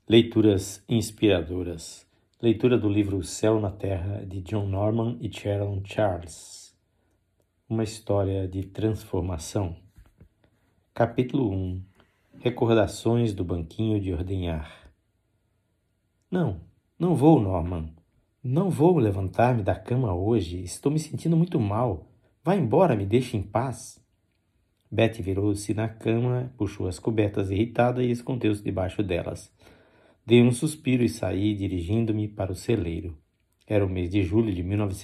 Leituras inspiradoras. Leitura do livro O Céu na Terra, de John Norman e Sharon Charles. Uma história de transformação. Capítulo 1. Recordações do banquinho de ordenhar. Não vou, Norman. Não vou levantar-me da cama hoje. Estou me sentindo muito mal. Vá embora, me deixe em paz. Betty virou-se na cama, puxou as cobertas irritada e escondeu-se debaixo delas. Dei um suspiro e saí, dirigindo-me para o celeiro. Era o mês de julho de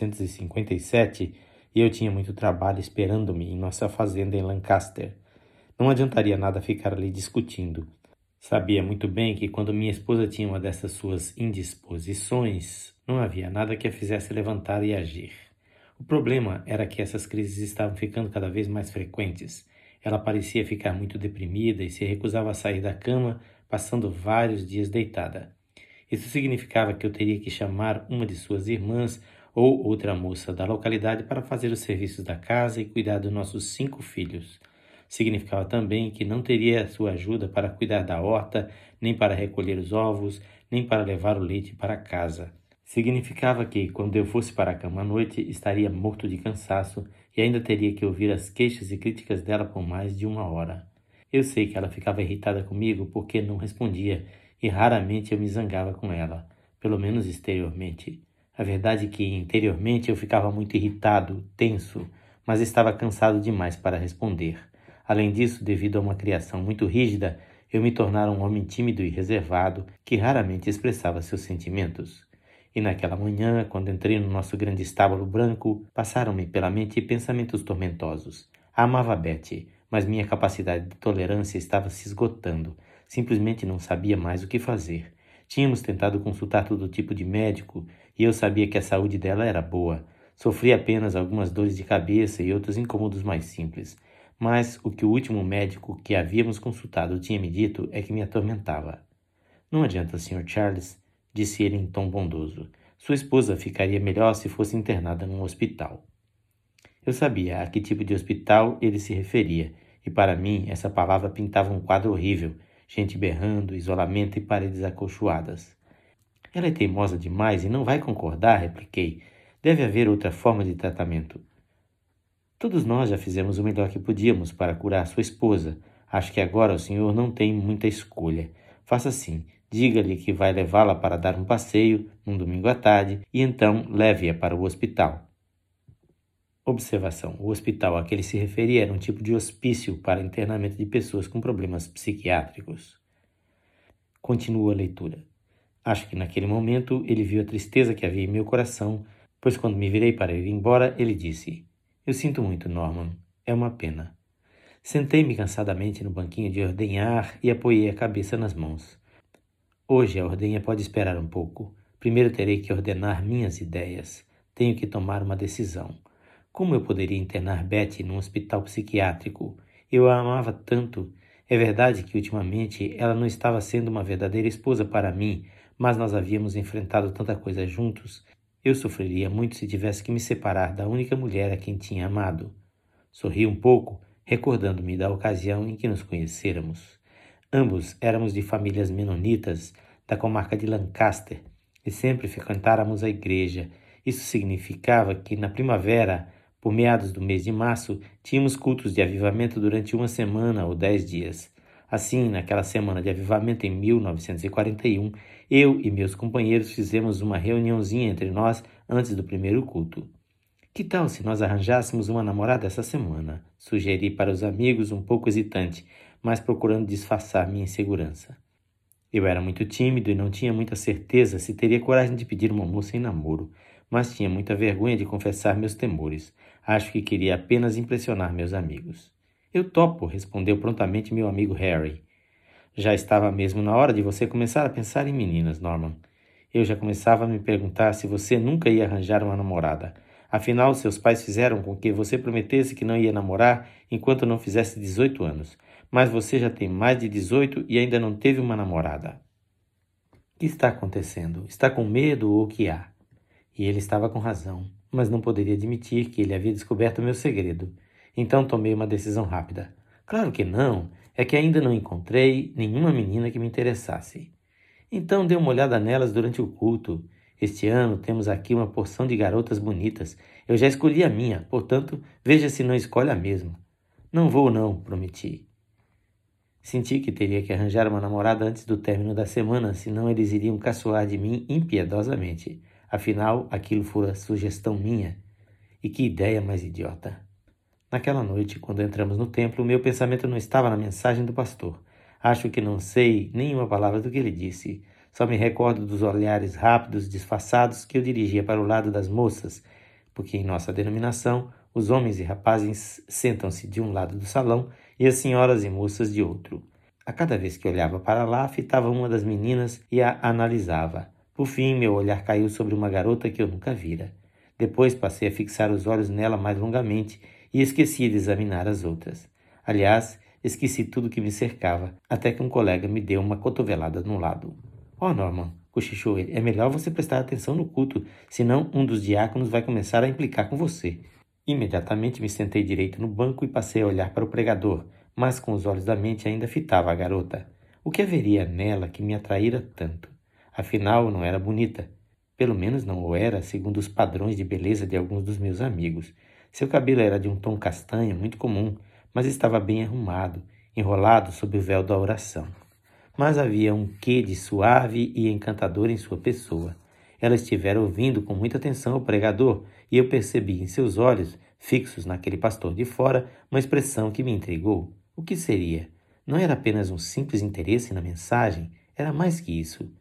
1957 e eu tinha muito trabalho esperando-me em nossa fazenda em Lancaster. Não adiantaria nada ficar ali discutindo. Sabia muito bem que quando minha esposa tinha uma dessas suas indisposições, não havia nada que a fizesse levantar e agir. O problema era que essas crises estavam ficando cada vez mais frequentes. Ela parecia ficar muito deprimida e se recusava a sair da cama, passando vários dias deitada. Isso significava que eu teria que chamar uma de suas irmãs ou outra moça da localidade para fazer os serviços da casa e cuidar dos nossos 5 filhos. Significava também que não teria sua ajuda para cuidar da horta, nem para recolher os ovos, nem para levar o leite para casa. Significava que, quando eu fosse para a cama à noite, estaria morto de cansaço e ainda teria que ouvir as queixas e críticas dela por mais de 1 hora. Eu sei que ela ficava irritada comigo porque não respondia e raramente eu me zangava com ela, pelo menos exteriormente. A verdade é que, interiormente, eu ficava muito irritado, tenso, mas estava cansado demais para responder. Além disso, devido a uma criação muito rígida, eu me tornara um homem tímido e reservado que raramente expressava seus sentimentos. E naquela manhã, quando entrei no nosso grande estábulo branco, passaram-me pela mente pensamentos tormentosos. Amava Betty, mas minha capacidade de tolerância estava se esgotando. Simplesmente não sabia mais o que fazer. Tínhamos tentado consultar todo tipo de médico e eu sabia que a saúde dela era boa. Sofria apenas algumas dores de cabeça e outros incômodos mais simples. Mas o que o último médico que havíamos consultado tinha me dito é que me atormentava. Não adianta, Sr. Charles, disse ele em tom bondoso. Sua esposa ficaria melhor se fosse internada num hospital. Eu sabia a que tipo de hospital ele se referia, e para mim essa palavra pintava um quadro horrível, gente berrando, isolamento e paredes acolchoadas. Ela é teimosa demais e não vai concordar, repliquei. Deve haver outra forma de tratamento. Todos nós já fizemos o melhor que podíamos para curar sua esposa. Acho que agora o senhor não tem muita escolha. Faça assim. Diga-lhe que vai levá-la para dar um passeio, num domingo à tarde, e então leve-a para o hospital. Observação. O hospital a que ele se referia era um tipo de hospício para internamento de pessoas com problemas psiquiátricos. Continua a leitura. Acho que naquele momento ele viu a tristeza que havia em meu coração, pois quando me virei para ir embora, ele disse: Eu sinto muito, Norman. É uma pena. Sentei-me cansadamente no banquinho de ordenhar e apoiei a cabeça nas mãos. Hoje a ordenha pode esperar um pouco. Primeiro terei que ordenar minhas ideias. Tenho que tomar uma decisão. Como eu poderia internar Betty num hospital psiquiátrico? Eu a amava tanto. É verdade que ultimamente ela não estava sendo uma verdadeira esposa para mim, mas nós havíamos enfrentado tanta coisa juntos. Eu sofreria muito se tivesse que me separar da única mulher a quem tinha amado. Sorri um pouco, recordando-me da ocasião em que nos conhecêramos. Ambos éramos de famílias menonitas da comarca de Lancaster e sempre frequentáramos a igreja. Isso significava que na primavera, por meados do mês de março, tínhamos cultos de avivamento durante 1 semana ou 10 dias. Assim, naquela semana de avivamento em 1941, eu e meus companheiros fizemos uma reuniãozinha entre nós antes do primeiro culto. Que tal se nós arranjássemos uma namorada essa semana? Sugeri para os amigos, um pouco hesitante, mas procurando disfarçar minha insegurança. Eu era muito tímido e não tinha muita certeza se teria coragem de pedir uma moça em namoro, mas tinha muita vergonha de confessar meus temores. Acho que queria apenas impressionar meus amigos. Eu topo, respondeu prontamente meu amigo Harry. Já estava mesmo na hora de você começar a pensar em meninas, Norman. Eu já começava a me perguntar se você nunca ia arranjar uma namorada. Afinal, seus pais fizeram com que você prometesse que não ia namorar enquanto não fizesse 18 anos. Mas você já tem mais de 18 e ainda não teve uma namorada. O que está acontecendo? Está com medo ou o que há? E ele estava com razão, mas não poderia admitir que ele havia descoberto meu segredo. Então tomei uma decisão rápida. Claro que não, é que ainda não encontrei nenhuma menina que me interessasse. Então dê uma olhada nelas durante o culto. Este ano temos aqui uma porção de garotas bonitas. Eu já escolhi a minha, portanto, veja se não escolhe a mesma. Não vou não, prometi. Senti que teria que arranjar uma namorada antes do término da semana, senão eles iriam caçoar de mim impiedosamente. Afinal, aquilo fora sugestão minha. E que ideia mais idiota. Naquela noite, quando entramos no templo, meu pensamento não estava na mensagem do pastor. Acho que não sei nenhuma palavra do que ele disse. Só me recordo dos olhares rápidos, disfarçados, que eu dirigia para o lado das moças, porque em nossa denominação, os homens e rapazes sentam-se de um lado do salão e as senhoras e moças de outro. A cada vez que olhava para lá, fitava uma das meninas e a analisava. Por fim, meu olhar caiu sobre uma garota que eu nunca vira. Depois passei a fixar os olhos nela mais longamente e esqueci de examinar as outras. Aliás, esqueci tudo que me cercava, até que um colega me deu uma cotovelada no lado. Oh, Norman, cochichou ele, é melhor você prestar atenção no culto, senão um dos diáconos vai começar a implicar com você. Imediatamente me sentei direito no banco e passei a olhar para o pregador, mas com os olhos da mente ainda fitava a garota. O que haveria nela que me atraíra tanto? Afinal, não era bonita. Pelo menos não o era, segundo os padrões de beleza de alguns dos meus amigos. Seu cabelo era de um tom castanho, muito comum, mas estava bem arrumado, enrolado sob o véu da oração. Mas havia um quê de suave e encantador em sua pessoa. Ela estivera ouvindo com muita atenção o pregador, e eu percebi em seus olhos, fixos naquele pastor de fora, uma expressão que me intrigou. O que seria? Não era apenas um simples interesse na mensagem, era mais que isso.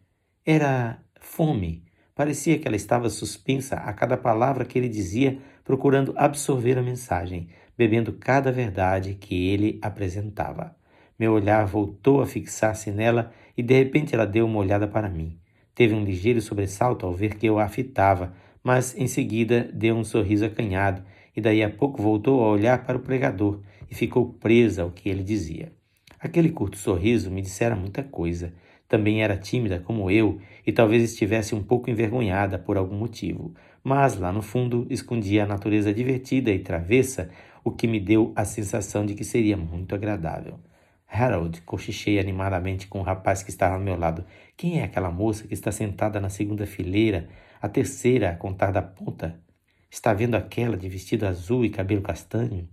Era fome. Parecia que ela estava suspensa a cada palavra que ele dizia, procurando absorver a mensagem, bebendo cada verdade que ele apresentava. Meu olhar voltou a fixar-se nela e de repente ela deu uma olhada para mim. Teve um ligeiro sobressalto ao ver que eu a fitava, mas em seguida deu um sorriso acanhado e daí a pouco voltou a olhar para o pregador e ficou presa ao que ele dizia. Aquele curto sorriso me dissera muita coisa. Também era tímida como eu e talvez estivesse um pouco envergonhada por algum motivo, mas lá no fundo escondia a natureza divertida e travessa, o que me deu a sensação de que seria muito agradável. Harold, cochichei animadamente com o rapaz que estava ao meu lado. Quem é aquela moça que está sentada na segunda fileira, a terceira a contar da ponta? Está vendo aquela de vestido azul e cabelo castanho?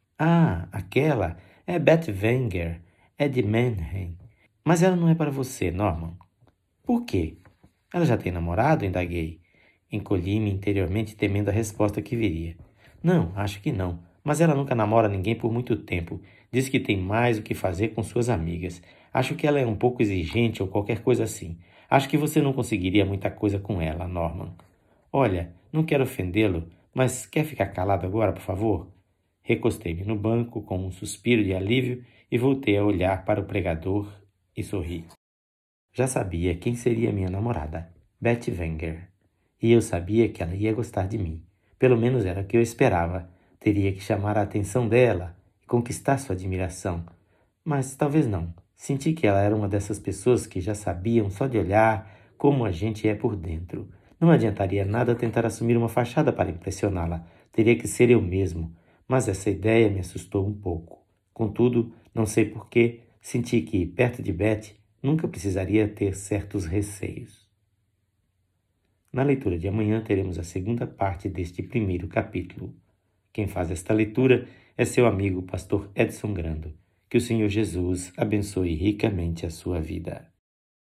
Ah, aquela é Beth Wenger, é de Mannheim. Mas ela não é para você, Norman. Por quê? Ela já tem namorado? Indaguei. Encolhi-me interiormente temendo a resposta que viria. Não, acho que não. Mas ela nunca namora ninguém por muito tempo. Diz que tem mais o que fazer com suas amigas. Acho que ela é um pouco exigente ou qualquer coisa assim. Acho que você não conseguiria muita coisa com ela, Norman. Olha, não quero ofendê-lo, mas quer ficar calado agora, por favor? Recostei-me no banco com um suspiro de alívio e voltei a olhar para o pregador e sorri. Já sabia quem seria minha namorada, Beth Wenger. E eu sabia que ela ia gostar de mim. Pelo menos era o que eu esperava. Teria que chamar a atenção dela e conquistar sua admiração. Mas talvez não. Senti que ela era uma dessas pessoas que já sabiam, só de olhar, como a gente é por dentro. Não adiantaria nada tentar assumir uma fachada para impressioná-la. Teria que ser eu mesmo. Mas essa ideia me assustou um pouco. Contudo, não sei porquê, senti que, perto de Beth, nunca precisaria ter certos receios. Na leitura de amanhã teremos a segunda parte deste primeiro capítulo. Quem faz esta leitura é seu amigo pastor Edson Grando. Que o Senhor Jesus abençoe ricamente a sua vida.